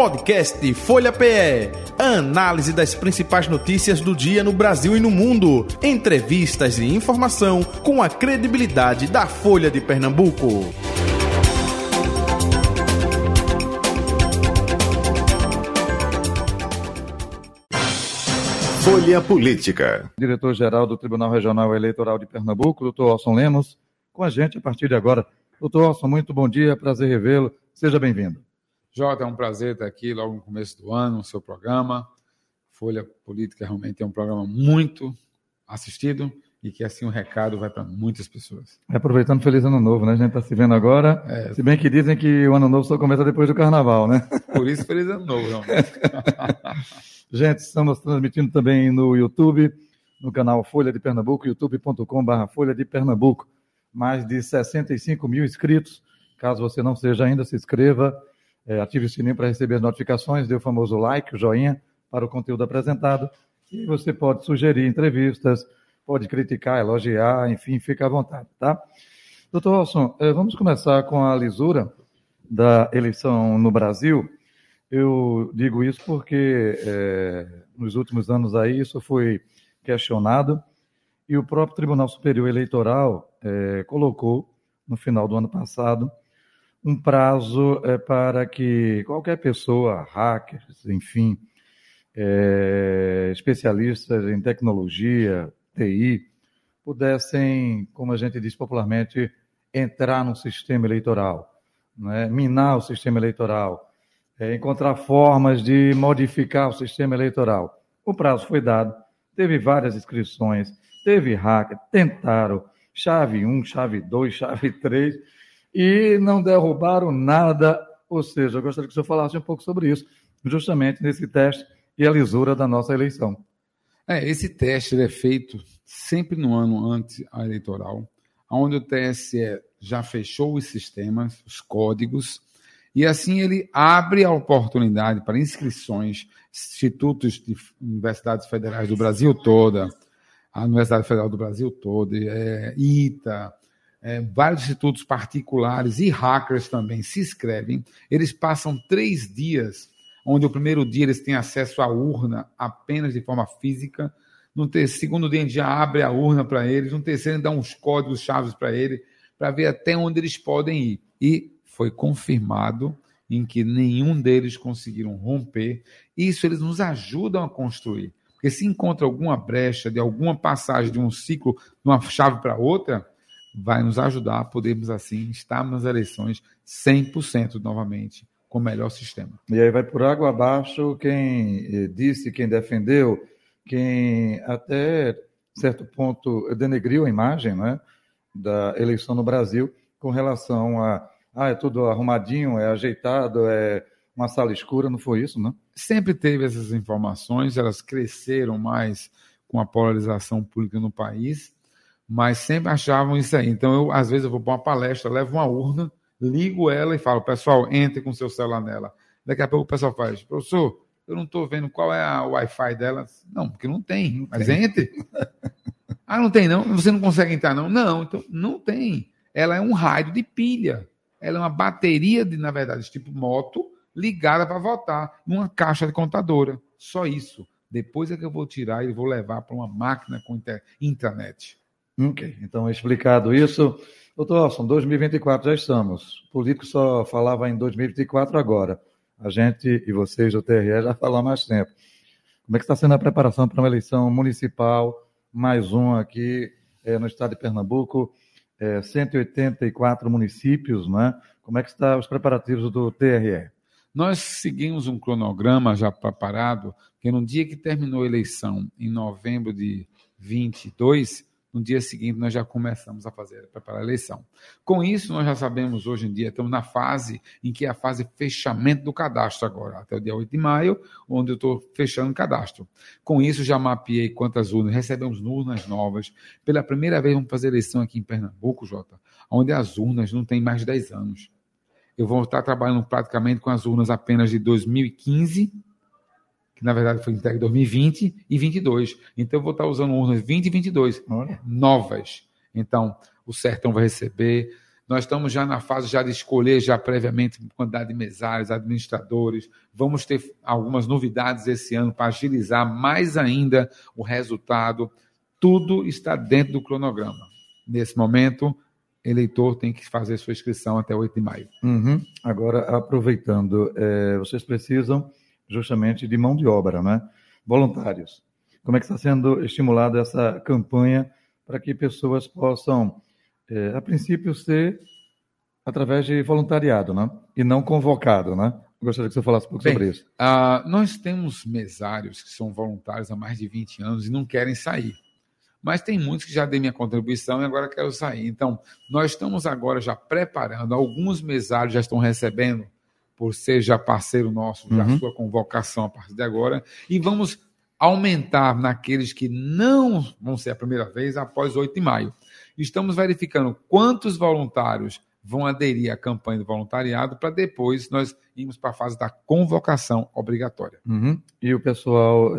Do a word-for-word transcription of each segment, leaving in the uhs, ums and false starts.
Podcast Folha P E. A análise das principais notícias do dia no Brasil e no mundo. Entrevistas e informação com a credibilidade da Folha de Pernambuco. Folha Política. Diretor-geral do Tribunal Regional Eleitoral de Pernambuco, doutor Orson Lemos, com a gente a partir de agora. doutor Orson, muito bom dia, prazer revê-lo. Seja bem-vindo. Jota, é um prazer estar aqui logo no começo do ano, no seu programa. Folha Política realmente é um programa muito assistido e que assim o recado vai para muitas pessoas. Aproveitando, feliz ano novo, né? A gente está se vendo agora, é, se bem que dizem que o ano novo só começa depois do carnaval, né? Por isso, feliz ano novo, realmente. Gente, estamos transmitindo também no YouTube, no canal Folha de Pernambuco, youtube ponto com barra Folha de Pernambuco. Mais de sessenta e cinco mil inscritos. Caso você não seja ainda, se inscreva, é, ative o sininho para receber as notificações, dê o famoso like, o joinha para o conteúdo apresentado. E você pode sugerir entrevistas, pode criticar, elogiar, enfim, fica à vontade, tá? doutor Orson, é, vamos começar com a lisura da eleição no Brasil. Eu digo isso porque é, nos últimos anos aí isso foi questionado e o próprio Tribunal Superior Eleitoral é, colocou, no final do ano passado, um prazo é, para que qualquer pessoa, hackers, enfim, é, especialistas em tecnologia, T I, pudessem, como a gente diz popularmente, entrar no sistema eleitoral, né? Minar o sistema eleitoral, é, encontrar formas de modificar o sistema eleitoral. O prazo foi dado, teve várias inscrições, teve hacker, tentaram chave um, chave dois, chave três, e não derrubaram nada. Ou seja, eu gostaria que o senhor falasse um pouco sobre isso, justamente nesse teste e a lisura da nossa eleição. É, esse teste ele é feito sempre no ano antes eleitoral, onde o T S E já fechou os sistemas, os códigos, e assim ele abre a oportunidade para inscrições, institutos de universidades federais do Brasil toda, a Universidade Federal do Brasil toda, é, ITA, é, vários institutos particulares e hackers também se inscrevem. Eles passam três dias, onde o primeiro dia eles têm acesso à urna apenas de forma física, no ter, segundo dia a gente já abre a urna para eles, no terceiro a gente dá uns códigos chaves para eles, para ver até onde eles podem ir. E foi confirmado em que nenhum deles conseguiram romper. Isso eles nos ajudam a construir. Porque se encontra alguma brecha de alguma passagem de um ciclo, de uma chave para outra, vai nos ajudar a podermos, assim, estar nas eleições cem por cento novamente, com o melhor sistema. E aí vai por água abaixo quem disse, quem defendeu, quem até certo ponto denegriu a imagem, né, da eleição no Brasil com relação a ah, é tudo arrumadinho, é ajeitado, é uma sala escura, não foi isso, não? Sempre teve essas informações, elas cresceram mais com a polarização política no país, mas sempre achavam isso aí. Então, eu, às vezes, eu vou para uma palestra, levo uma urna, ligo ela e falo, pessoal, entre com seu celular nela. Daqui a pouco o pessoal faz, professor, eu não estou vendo qual é a Wi-Fi dela. Não, porque não tem, não mas tem. Entre. Ah, não tem não? Você não consegue entrar não? Não, então não tem. Ela é um rádio de pilha. Ela é uma bateria, de, na verdade, tipo moto, ligada para votar, numa caixa de contadora. Só isso. Depois é que eu vou tirar e vou levar para uma máquina com inter... intranet. Ok, então explicado isso. doutor Orson, dois mil e vinte e quatro já estamos. O político só falava em dois mil e vinte e quatro agora. A gente e vocês do T R E já falam há mais tempo. Como é que está sendo a preparação para uma eleição municipal, mais uma aqui é, no estado de Pernambuco, é, cento e oitenta e quatro municípios, né? Como é que estão os preparativos do T R E? Nós seguimos um cronograma já preparado, que no dia que terminou a eleição, em novembro de vinte e dois, no dia seguinte nós já começamos a fazer, a preparar a eleição. Com isso, nós já sabemos hoje em dia, estamos na fase em que é a fase de fechamento do cadastro agora, até o dia oito de maio, onde eu estou fechando o cadastro. Com isso, já mapeei quantas urnas, recebemos urnas novas. Pela primeira vez, vamos fazer eleição aqui em Pernambuco, Jota, onde as urnas não têm mais de dez anos. Eu vou estar trabalhando praticamente com as urnas apenas de dois mil e quinze, que na verdade foi entregue em dois mil e vinte e vinte e dois. Então eu vou estar usando urnas vinte e vinte e dois, Olha. novas. Então o Sertão vai receber, Nós estamos já na fase já de escolher já previamente quantidade de mesários, administradores. Vamos ter algumas novidades esse ano para agilizar mais ainda o resultado. Tudo está dentro do cronograma. Nesse momento, eleitor tem que fazer sua inscrição até oito de maio. Uhum. Agora, aproveitando, é, vocês precisam justamente de mão de obra, né? Voluntários. Como é que está sendo estimulada essa campanha para que pessoas possam, é, a princípio, ser através de voluntariado, né? E não convocado, né? Gostaria que você falasse um pouco Bem, sobre isso. Uh, nós temos mesários que são voluntários há mais de vinte anos e não querem sair. Mas tem muitos que já dei minha contribuição e agora quero sair. Então, nós estamos agora já preparando, alguns mesários já estão recebendo, por ser já parceiro nosso, já uhum. sua convocação a partir de agora, e vamos aumentar naqueles que não vão ser a primeira vez após oito de maio. Estamos verificando quantos voluntários vão aderir à campanha do voluntariado para depois nós irmos para a fase da convocação obrigatória. Uhum. E o pessoal...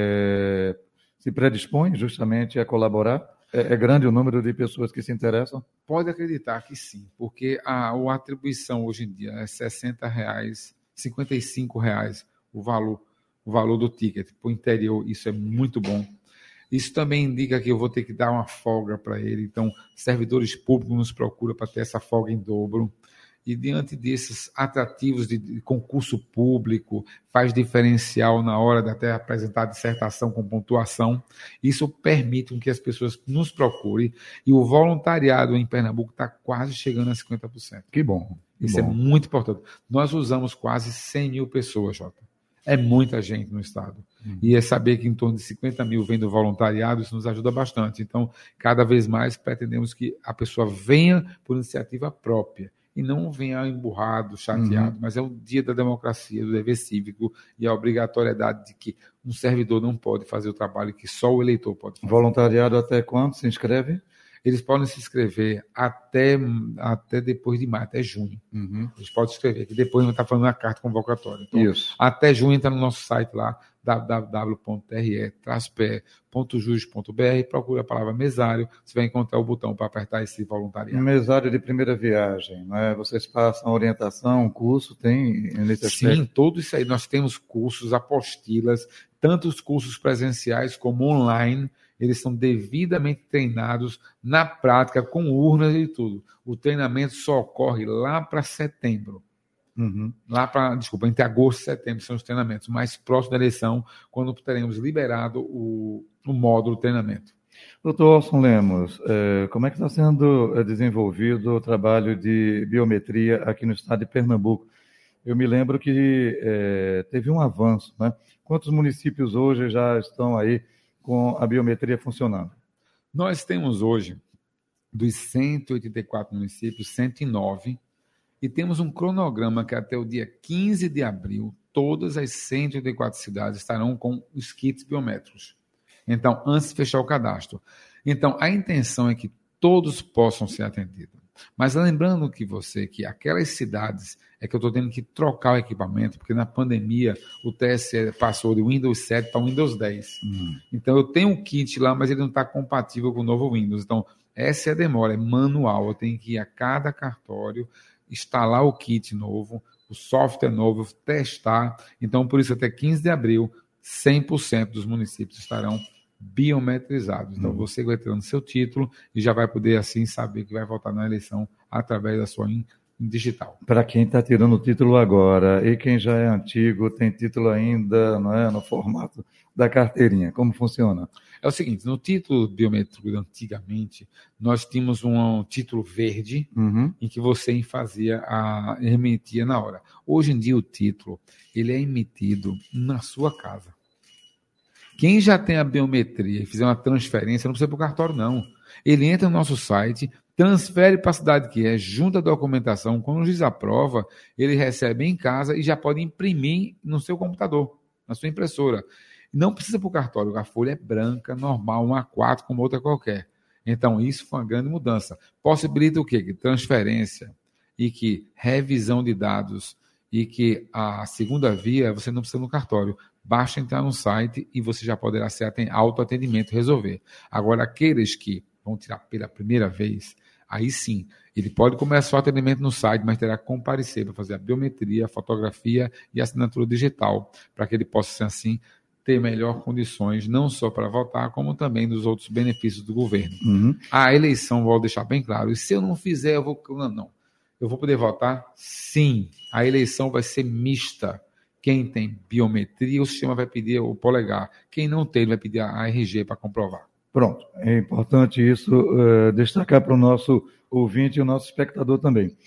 É... se predispõe justamente a colaborar? É, é grande o número de pessoas que se interessam? Pode acreditar que sim, porque a, a atribuição hoje em dia é sessenta reais, cinquenta e cinco reais o valor, o valor do ticket. Para o interior, isso é muito bom. Isso também indica que eu vou ter que dar uma folga para ele. Então, servidores públicos nos procuram para ter essa folga em dobro. E diante desses atrativos de concurso público, faz diferencial na hora de até apresentar a dissertação com pontuação, isso permite com que as pessoas nos procurem, e o voluntariado em Pernambuco está quase chegando a cinquenta por cento. Que bom. Que isso bom. É muito importante. Nós usamos quase cem mil pessoas, Jota. É muita gente no estado. Uhum. E é saber que em torno de cinquenta mil vem do voluntariado, isso nos ajuda bastante. Então, cada vez mais pretendemos que a pessoa venha por iniciativa própria, e não venha emburrado, chateado, uhum. mas é o dia da democracia, do dever cívico e a obrigatoriedade de que um servidor não pode fazer o trabalho que só o eleitor pode fazer. Voluntariado até quando se inscreve? Eles podem se inscrever até, até depois de maio, até junho. Uhum. Eles podem se inscrever, que depois vai estar falando a carta convocatória. Então, isso. Até junho entra no nosso site lá, w w w ponto t r e traço p e ponto jus ponto b r, procura a palavra mesário, você vai encontrar o botão para apertar esse voluntariado. Mesário de primeira viagem, não é? Vocês passam orientação, curso, tem nesse aspecto? Sim, tudo isso aí. Nós temos cursos, apostilas, tanto os cursos presenciais como online, eles são devidamente treinados na prática, com urnas e tudo. O treinamento só ocorre lá para setembro. Uhum. Lá para, desculpa, entre agosto e setembro são os treinamentos, mais próximo da eleição, quando teremos liberado o, o módulo treinamento. Doutor Orson Lemos, eh, como é que está sendo desenvolvido o trabalho de biometria aqui no estado de Pernambuco? Eu me lembro que eh, teve um avanço, né? Quantos municípios hoje já estão aí com a biometria funcionando? Nós temos hoje, dos cento e oitenta e quatro municípios, cento e nove, e temos um cronograma que até o dia quinze de abril, todas as cento e oitenta e quatro cidades estarão com os kits biométricos. Então, antes de fechar o cadastro. Então, a intenção é que todos possam ser atendidos. Mas lembrando que você, que aquelas cidades é que eu estou tendo que trocar o equipamento, porque na pandemia o T S E passou de Windows sete para Windows dez. Uhum. Então, eu tenho um kit lá, mas ele não está compatível com o novo Windows. Então, essa é a demora, é manual. Eu tenho que ir a cada cartório, instalar o kit novo, o software novo, testar. Então, por isso, até quinze de abril, cem por cento dos municípios estarão biometrizados. Então, hum. você vai tirando seu título e já vai poder, assim, saber que vai votar na eleição através da sua in, in digital. Para quem está tirando o título agora e quem já é antigo, tem título ainda, não é, no formato da carteirinha, como funciona? É o seguinte, no título biométrico antigamente, nós tínhamos um título verde, uhum. em que você fazia a, emitia na hora. Hoje em dia o título, ele é emitido na sua casa. Quem já tem a biometria e fizer uma transferência, não precisa ir para o cartório, não. Ele entra no nosso site, transfere para a cidade que é, junta a documentação, quando o juiz aprova, ele recebe em casa e já pode imprimir no seu computador, na sua impressora. Não precisa ir para o cartório, a folha é branca, normal, um A quatro, como outra qualquer. Então, isso foi uma grande mudança. Possibilita o quê? Que transferência e que revisão de dados e que a segunda via, você não precisa ir no cartório. Basta entrar no site e você já poderá ser autoatendimento e resolver. Agora, aqueles que vão tirar pela primeira vez, Aí sim, ele pode começar o atendimento no site, mas terá que comparecer para fazer a biometria, a fotografia e a assinatura digital, para que ele possa, assim, ter melhores condições, não só para votar, como também dos outros benefícios do governo. Uhum. A eleição, vou deixar bem claro, e se eu não fizer, eu vou... Não, não. Eu vou poder votar? Sim. A eleição vai ser mista. Quem tem biometria, o sistema vai pedir o polegar. Quem não tem, vai pedir a R G para comprovar. Pronto. É importante isso uh, destacar para o nosso ouvinte e o nosso espectador também.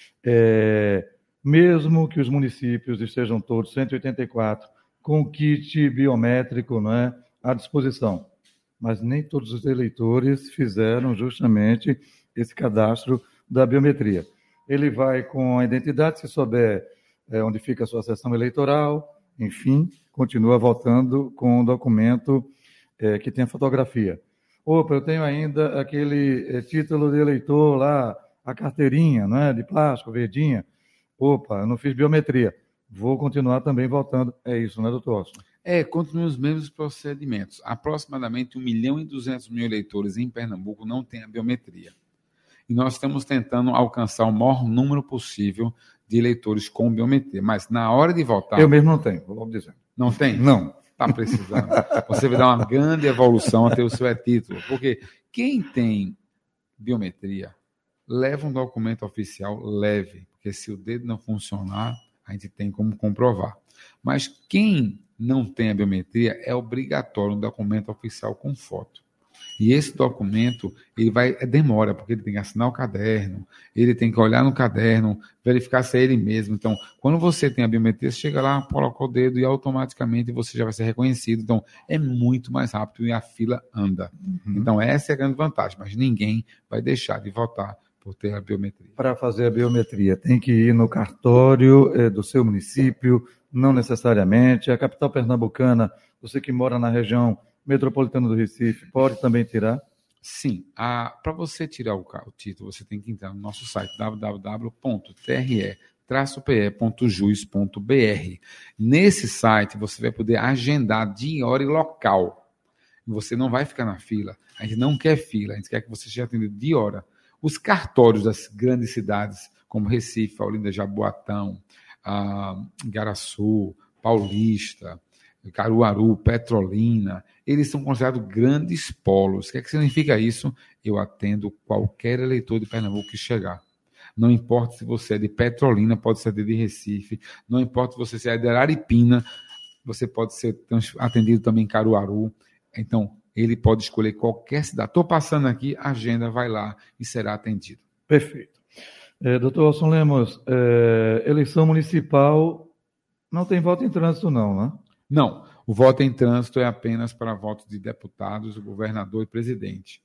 É, mesmo que os municípios estejam todos, cento e oitenta e quatro, com kit biométrico, né, à disposição, mas nem todos os eleitores fizeram justamente esse cadastro da biometria. Ele vai com a identidade, se souber é, onde fica a sua sessão eleitoral, enfim, continua votando com um documento é, que tem a fotografia. Opa, eu tenho ainda aquele é, título de eleitor lá, a carteirinha, não é, de plástico, verdinha. Opa, eu não fiz biometria. Vou continuar também votando. É isso, né, doutor Austin? É, continuam os mesmos procedimentos. Aproximadamente um milhão e duzentos mil eleitores em Pernambuco não têm a biometria. E nós estamos tentando alcançar o maior número possível de eleitores com biometria. Mas na hora de votar... Eu mesmo não tenho, vou dizer. Não tem? Não. Está precisando. Você vai dar uma grande evolução até o seu e-título. Porque quem tem biometria, leva um documento oficial leve. Porque se o dedo não funcionar, a gente tem como comprovar. Mas quem não tem a biometria, é obrigatório um documento oficial com foto. E esse documento, ele vai, demora, porque ele tem que assinar o caderno, ele tem que olhar no caderno, verificar se é ele mesmo. Então, quando você tem a biometria, você chega lá, coloca o dedo e automaticamente você já vai ser reconhecido. Então, é muito mais rápido e a fila anda. Uhum. Então, essa é a grande vantagem, mas ninguém vai deixar de votar por ter a biometria. Para fazer a biometria, tem que ir no cartório eh, do seu município, não necessariamente. A capital pernambucana, você que mora na região metropolitana do Recife, pode também tirar? Sim. Para você tirar o, o título, você tem que entrar no nosso site w w w ponto t r e traço p e ponto jus ponto b r. Nesse site, você vai poder agendar dia, hora e local. Você não vai ficar na fila. A gente não quer fila, a gente quer que você seja atendido de hora. Os cartórios das grandes cidades, como Recife, Olinda, Jaboatão, ah, Igaraçu, Paulista, Caruaru, Petrolina, eles são considerados grandes polos. O que é que significa isso? Eu atendo qualquer eleitor de Pernambuco que chegar. Não importa se você é de Petrolina, pode ser de Recife, não importa se você é de Araripina, você pode ser atendido também em Caruaru. Então, ele pode escolher qualquer cidade. Estou passando aqui, agenda, vai lá e será atendido. Perfeito. É, doutor Austin Lemos, é, eleição municipal não tem voto em trânsito não, né? Não, o voto em trânsito é apenas para votos de deputados, governador e presidente.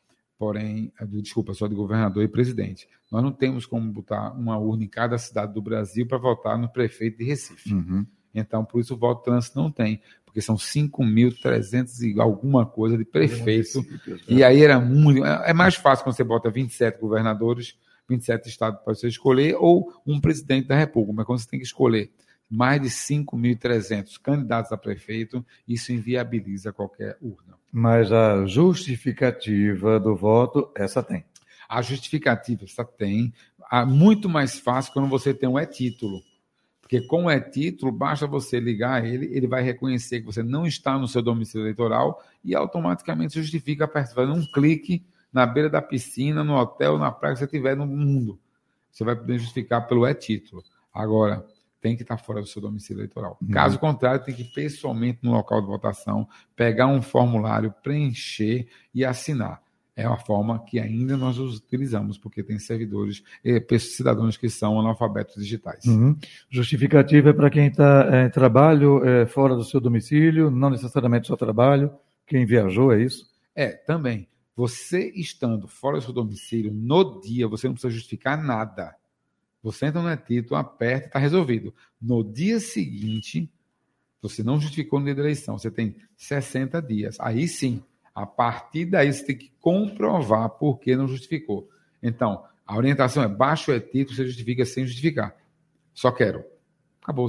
Porém, desculpa, só de governador e presidente. Nós não temos como botar uma urna em cada cidade do Brasil para votar no prefeito de Recife. Uhum. Então, por isso o voto em trânsito não tem, porque são cinco mil e trezentos e alguma coisa de prefeito. E aí era muito... É mais fácil quando você bota vinte e sete governadores, vinte e sete estados para você escolher, ou um presidente da República. Mas quando você tem que escolher mais de cinco mil e trezentos candidatos a prefeito, isso inviabiliza qualquer urna. Mas a justificativa do voto, essa tem. A justificativa, essa tem. É muito mais fácil quando você tem um e-título. Porque com o e-título, basta você ligar ele, ele vai reconhecer que você não está no seu domicílio eleitoral e automaticamente justifica, fazendo um clique na beira da piscina, no hotel, na praia que você estiver no mundo. Você vai poder justificar pelo e-título. Agora, tem que estar fora do seu domicílio eleitoral. Uhum. Caso contrário, tem que ir pessoalmente no local de votação, pegar um formulário, preencher e assinar. É uma forma que ainda nós utilizamos, porque tem servidores, cidadãos que são analfabetos digitais. Uhum. Justificativa é para quem está em trabalho é, fora do seu domicílio, não necessariamente só trabalho, quem viajou, é isso? É, também. Você estando fora do seu domicílio, no dia, você não precisa justificar nada. Você entra no e-título, aperta e está resolvido. No dia seguinte, você não justificou no dia da eleição, você tem sessenta dias. Aí sim, a partir daí você tem que comprovar por que não justificou. Então, a orientação é baixa o e-título, você justifica sem justificar. Só quero. Acabou-se.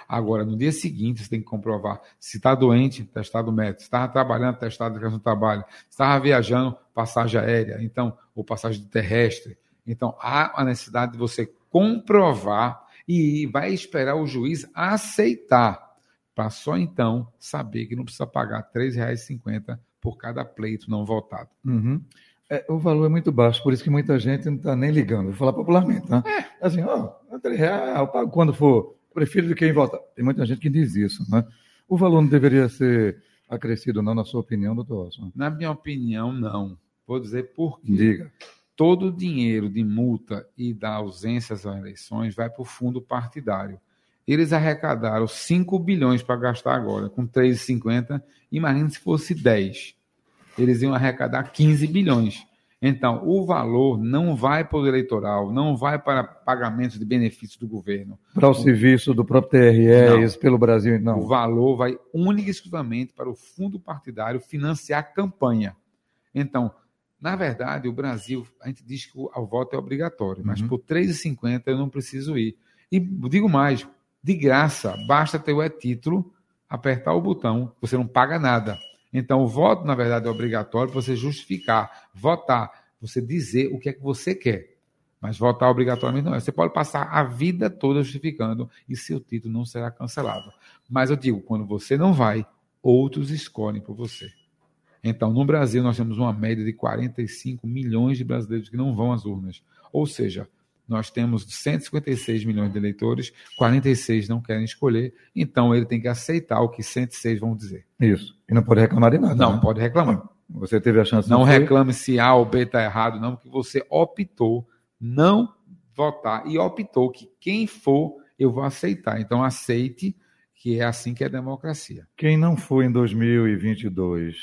Agora, no dia seguinte, você tem que comprovar se está doente, testado médico, se estava trabalhando, testado no trabalho, se estava viajando, passagem aérea, então, ou passagem terrestre. Então, há a necessidade de você comprovar e vai esperar o juiz aceitar, para só então saber que não precisa pagar três reais e cinquenta centavos por cada pleito não votado. Uhum. É, o valor é muito baixo, por isso que muita gente não está nem ligando. Vou falar popularmente, né? É. Assim, ó, três reais, eu pago quando for, prefiro do que em votar. Tem muita gente que diz isso, né? O valor não deveria ser acrescido, não, na sua opinião, doutor Osman? Na minha opinião, não. Vou dizer por quê. Diga. Todo o dinheiro de multa e da ausência às eleições vai para o fundo partidário. Eles arrecadaram cinco bilhões para gastar agora, com três reais e cinquenta centavos. Imagina se fosse dez. Eles iam arrecadar quinze bilhões. Então, o valor não vai para o eleitoral, não vai para pagamento de benefícios do governo. Para o serviço do próprio T R E, pelo Brasil, não. O valor vai única e exclusivamente para o fundo partidário financiar a campanha. Então, na verdade, o Brasil, a gente diz que o, o voto é obrigatório, mas uhum. por três reais e cinquenta centavos eu não preciso ir. E digo mais, de graça, basta ter o e-título, apertar o botão, você não paga nada. Então, o voto, na verdade, é obrigatório para você justificar, votar, você dizer o que é que você quer. Mas votar obrigatoriamente não é. Você pode passar a vida toda justificando e seu título não será cancelado. Mas eu digo, quando você não vai, outros escolhem por você. Então, no Brasil, nós temos uma média de quarenta e cinco milhões de brasileiros que não vão às urnas. Ou seja, nós temos cento e cinquenta e seis milhões de eleitores, quarenta e seis não querem escolher, então ele tem que aceitar o que cento e seis vão dizer. Isso. E não pode reclamar de nada. Não, né? pode reclamar. Você teve a chance de... Não reclame se A ou B está errado, não, porque você optou não votar e optou que quem for, eu vou aceitar. Então, aceite, que é assim que é a democracia. Quem não foi em dois mil e vinte e dois,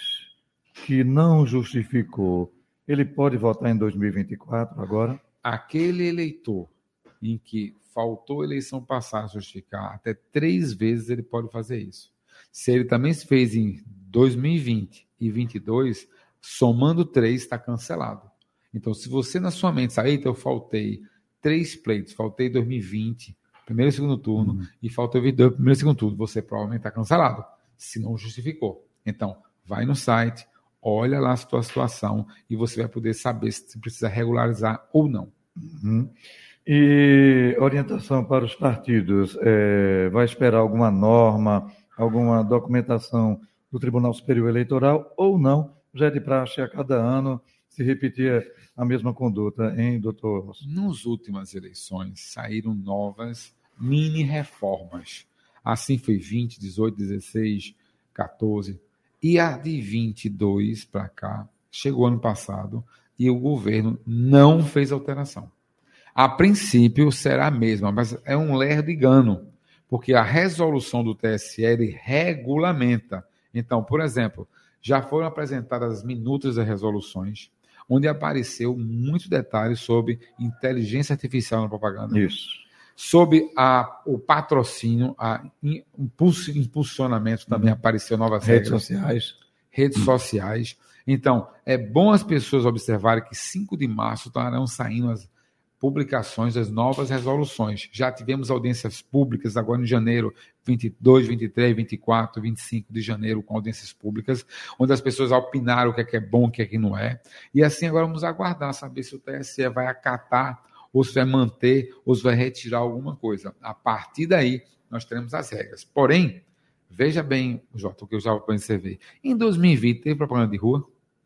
que não justificou, ele pode votar em dois mil e vinte e quatro agora? Aquele eleitor em que faltou a eleição passada justificar, até três vezes ele pode fazer isso. Se ele também se fez em dois mil e vinte e vinte e dois, somando três, está cancelado. Então, se você na sua mente sair, então eu faltei três pleitos, faltei dois mil e vinte, primeiro e segundo turno, uhum. e faltou vinte e dois, primeiro e segundo turno, você provavelmente está cancelado, se não justificou. Então, vai no site, olha lá a sua situação e você vai poder saber se precisa regularizar ou não. Uhum. E orientação para os partidos, é, vai esperar alguma norma, alguma documentação do Tribunal Superior Eleitoral ou não? Já é de praxe a cada ano se repetir a mesma conduta, hein, doutor? Nas últimas eleições saíram novas mini-reformas. Assim foi vinte, dezoito, dezesseis, quatorze... E a de vinte e dois para cá, chegou ano passado, e o governo não fez alteração. A princípio será a mesma, mas é um lerdo engano, porque a resolução do T S E ele regulamenta. Então, por exemplo, já foram apresentadas as minutas das resoluções, onde apareceu muitos detalhes sobre inteligência artificial na propaganda. Isso. Sobre a, o patrocínio, a impulso, impulsionamento também hum. apareceu novas redes regras. sociais. Redes hum. sociais. Então, é bom as pessoas observarem que cinco de março estarão saindo as publicações das novas resoluções. Já tivemos audiências públicas agora em janeiro, vinte e dois, vinte e três, vinte e quatro, vinte e cinco de janeiro, com audiências públicas, onde as pessoas opinaram o que é, que é bom, o que é que não é. E assim agora vamos aguardar, saber se o T S E vai acatar, ou se vai manter, ou se vai retirar alguma coisa. A partir daí, nós teremos as regras. Porém, veja bem, Jota, o que eu já vou para você ver. Em dois mil e vinte, teve propaganda de rua?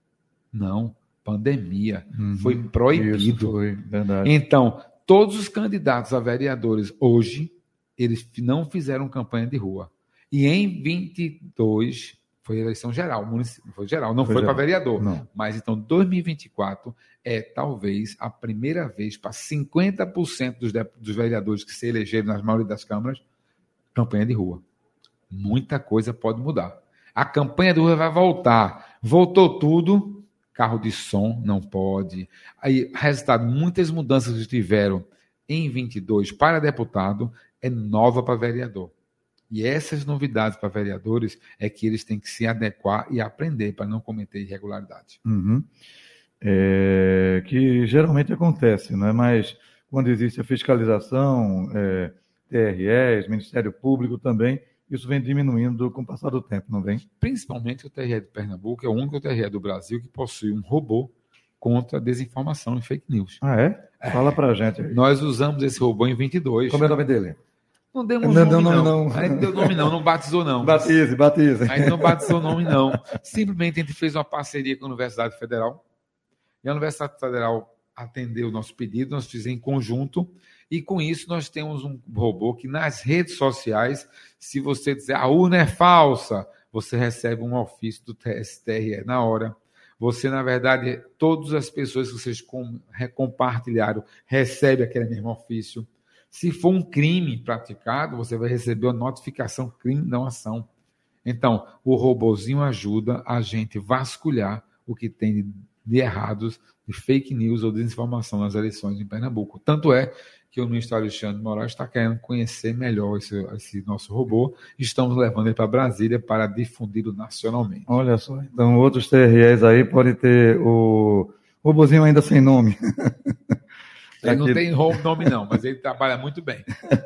Não. Pandemia. Uhum, foi proibido. Isso foi, verdade. Então, todos os candidatos a vereadores hoje, eles não fizeram campanha de rua. E em vinte e dois, foi eleição geral, município, foi geral, não foi, foi para vereador. Não. Mas então, dois mil e vinte e quatro é talvez a primeira vez para cinquenta por cento dos, dos vereadores que se elegeram nas maioria das câmaras, campanha de rua. Muita coisa pode mudar. A campanha de rua vai voltar. Voltou tudo, carro de som não pode. Aí, resultado, muitas mudanças que tiveram em vinte e dois para deputado é nova para vereador. E essas novidades para vereadores é que eles têm que se adequar e aprender para não cometer irregularidade. Uhum. É, que geralmente acontece, não é? Mas quando existe a fiscalização, é, T R Es, Ministério Público também, isso vem diminuindo com o passar do tempo, não vem? Principalmente o T R E de Pernambuco é o único T R E do Brasil que possui um robô contra desinformação e fake news. Ah, é? é. Fala pra gente aí. Nós usamos esse robô em vinte e dois. Como é o nome dele? Não demos não, nome, não. não. não. A gente deu nome, não. Não batizou, não. Batize, batize. A gente não batizou nome, não. Simplesmente a gente fez uma parceria com a Universidade Federal. E a Universidade Federal atendeu o nosso pedido, nós fizemos em conjunto. E com isso nós temos um robô que nas redes sociais, se você dizer a urna é falsa, você recebe um ofício do T S T R E na hora. Você, na verdade, todas as pessoas que vocês compartilharam recebem aquele mesmo ofício. Se for um crime praticado, você vai receber a notificação crime não ação. Então, o robozinho ajuda a gente vasculhar o que tem de errados, de fake news ou desinformação nas eleições em Pernambuco. Tanto é que o ministro Alexandre de Moraes está querendo conhecer melhor esse, esse nosso robô. Estamos levando ele para Brasília para difundi-lo nacionalmente. Olha só, então outros T R Es aí podem ter o robozinho ainda sem nome. Ele Aqui... não tem nome não, mas ele trabalha muito bem.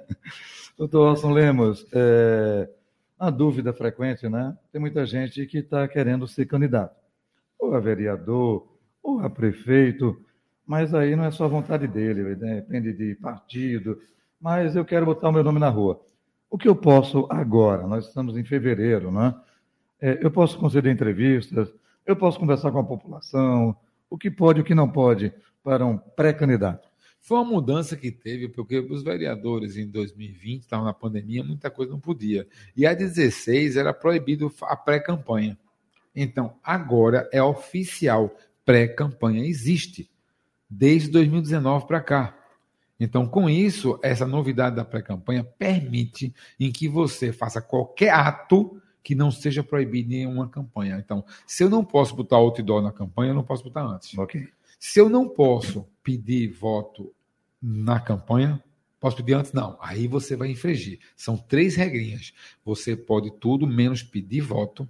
Doutor Orson Lemos, é... a dúvida frequente, né? Tem muita gente que está querendo ser candidato, ou a vereador, ou a prefeito, mas aí não é só a vontade dele, né? Depende de partido, mas eu quero botar o meu nome na rua. O que eu posso agora? Nós estamos em fevereiro, né? É, eu posso conceder entrevistas, eu posso conversar com a população, o que pode e o que não pode para um pré-candidato. Foi uma mudança que teve, porque os vereadores em dois mil e vinte estavam na pandemia, muita coisa não podia. E a dezesseis era proibido a pré-campanha. Então, agora é oficial, pré-campanha existe, desde dois mil e dezenove para cá. Então, com isso, essa novidade da pré-campanha permite em que você faça qualquer ato que não seja proibido em nenhuma campanha. Então, se eu não posso botar outdoor na campanha, eu não posso botar antes. Ok. Se eu não posso pedir voto na campanha, posso pedir antes? Não. Aí você vai infringir. São três regrinhas. Você pode tudo menos pedir voto,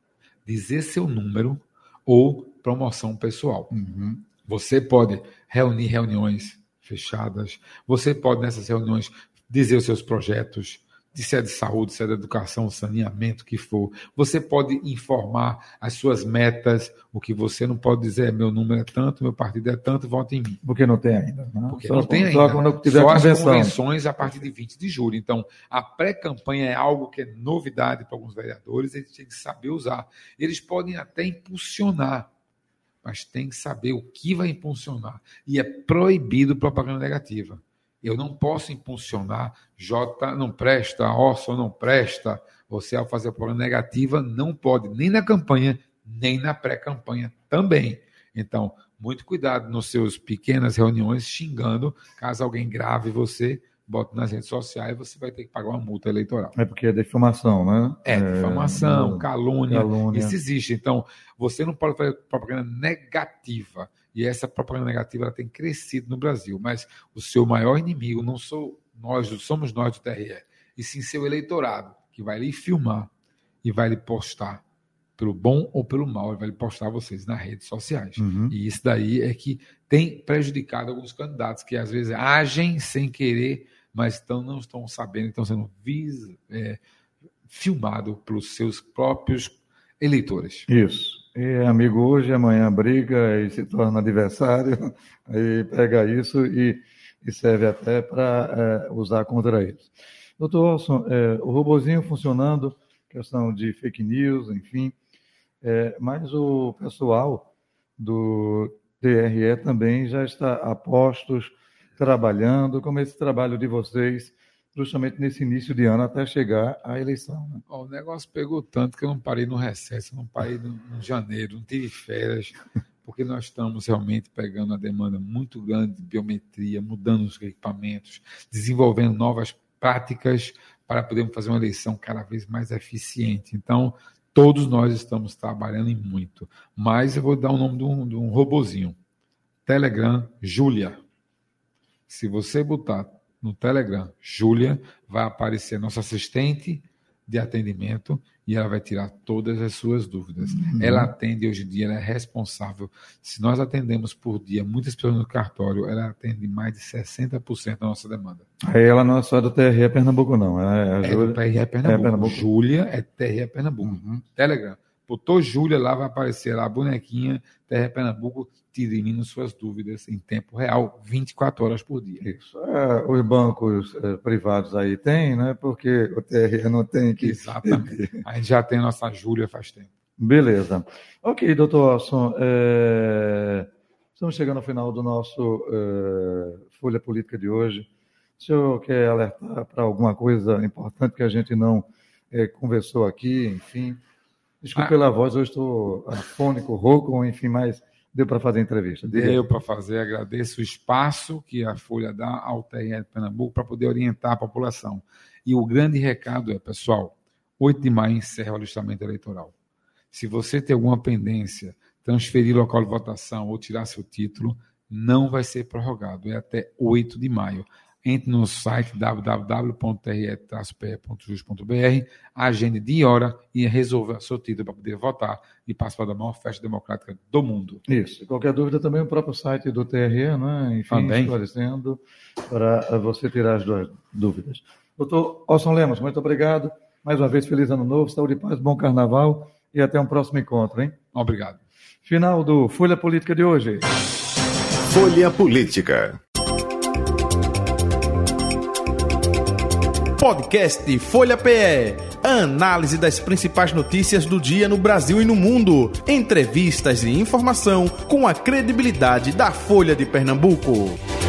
dizer seu número ou promoção pessoal. Uhum. Você pode reunir reuniões fechadas. Você pode, nessas reuniões, dizer os seus projetos, se é de saúde, se é de educação, saneamento, o que for. Você pode informar as suas metas. O que você não pode dizer é meu número é tanto, meu partido é tanto, vote em mim. Porque não tem ainda. Não? Porque só, não tem só ainda. Quando tiver só convenção. As convenções a partir de vinte de julho. Então, a pré-campanha é algo que é novidade para alguns vereadores, eles têm que saber usar. Eles podem até impulsionar, mas tem que saber o que vai impulsionar. E é proibido propaganda negativa. Eu não posso impulsionar, J não presta, Orson não presta. Você, ao fazer propaganda negativa, não pode, nem na campanha, nem na pré-campanha também. Então, muito cuidado nos seus pequenas reuniões, xingando, caso alguém grave você, bote nas redes sociais, você vai ter que pagar uma multa eleitoral. É porque é difamação, né? É, difamação, é, calúnia, calúnia, isso existe. Então, você não pode fazer propaganda negativa. E essa propaganda negativa ela tem crescido no Brasil. Mas o seu maior inimigo não sou nós, somos nós do T R E, e sim seu eleitorado, que vai lhe filmar e vai lhe postar, pelo bom ou pelo mal, ele vai lhe postar vocês nas redes sociais. Uhum. E isso daí é que tem prejudicado alguns candidatos, que às vezes agem sem querer, mas estão, não estão sabendo, estão sendo vis, é, filmados pelos seus próprios eleitores. Isso. E é amigo hoje, amanhã briga e se torna adversário, aí pega isso e, e serve até para é, usar contra eles. Doutor Orson, é, o robozinho funcionando, questão de fake news, enfim, é, mas o pessoal do T R E também já está a postos, trabalhando, como esse trabalho de vocês, justamente nesse início de ano, até chegar à eleição. Né? O negócio pegou tanto que eu não parei no recesso, não parei no, no janeiro, não tive férias, porque nós estamos realmente pegando uma demanda muito grande de biometria, mudando os equipamentos, desenvolvendo novas práticas para podermos fazer uma eleição cada vez mais eficiente. Então, todos nós estamos trabalhando em muito. Mas eu vou dar o nome de um, de um robozinho. Telegram Júlia. Se você botar no Telegram, Júlia, vai aparecer nosso assistente de atendimento e ela vai tirar todas as suas dúvidas. Uhum. Ela atende hoje em dia, ela é responsável. Se nós atendemos por dia muitas pessoas no cartório, ela atende mais de sessenta por cento da nossa demanda. Aí ela não é só do T R E Pernambuco, não. É, a é Júlia... do T R E Pernambuco. É Pernambuco. Júlia é T R E Pernambuco. Uhum. Telegram. Botou Júlia lá, vai aparecer lá a bonequinha, T R E Pernambuco, tirando suas dúvidas em tempo real, vinte e quatro horas por dia. Isso. É, os bancos é, privados aí tem, né? Porque o T R E não tem que... Exatamente. A gente já tem a nossa Júlia faz tempo. Beleza. Ok, doutor Orson, é... estamos chegando ao final do nosso é... Folha Política de hoje. O senhor quer alertar para alguma coisa importante que a gente não é, conversou aqui, enfim... Desculpe ah, pela voz, eu estou afônico, rouco, enfim, mas deu para fazer a entrevista. Deu para fazer, agradeço o espaço que a Folha dá ao T R E de Pernambuco para poder orientar a população. E o grande recado é, pessoal, oito de maio encerra o alistamento eleitoral. Se você tem alguma pendência, transferir local de votação ou tirar seu título, não vai ser prorrogado, é até oito de maio. Entre no site w w w ponto t r e traço p e ponto jus ponto b r, agende de hora e resolva seu título para poder votar e participar da maior festa democrática do mundo. Isso. Qualquer dúvida também o próprio site do T R E, né? Enfim, também esclarecendo para você tirar as duas dúvidas. Doutor Orson Lemos, muito obrigado. Mais uma vez, feliz ano novo, saúde e paz, bom carnaval e até um próximo encontro, hein? Obrigado. Final do Folha Política de hoje. Folha Política. Podcast Folha P E. Análise das principais notícias do dia no Brasil e no mundo. Entrevistas e informação com a credibilidade da Folha de Pernambuco.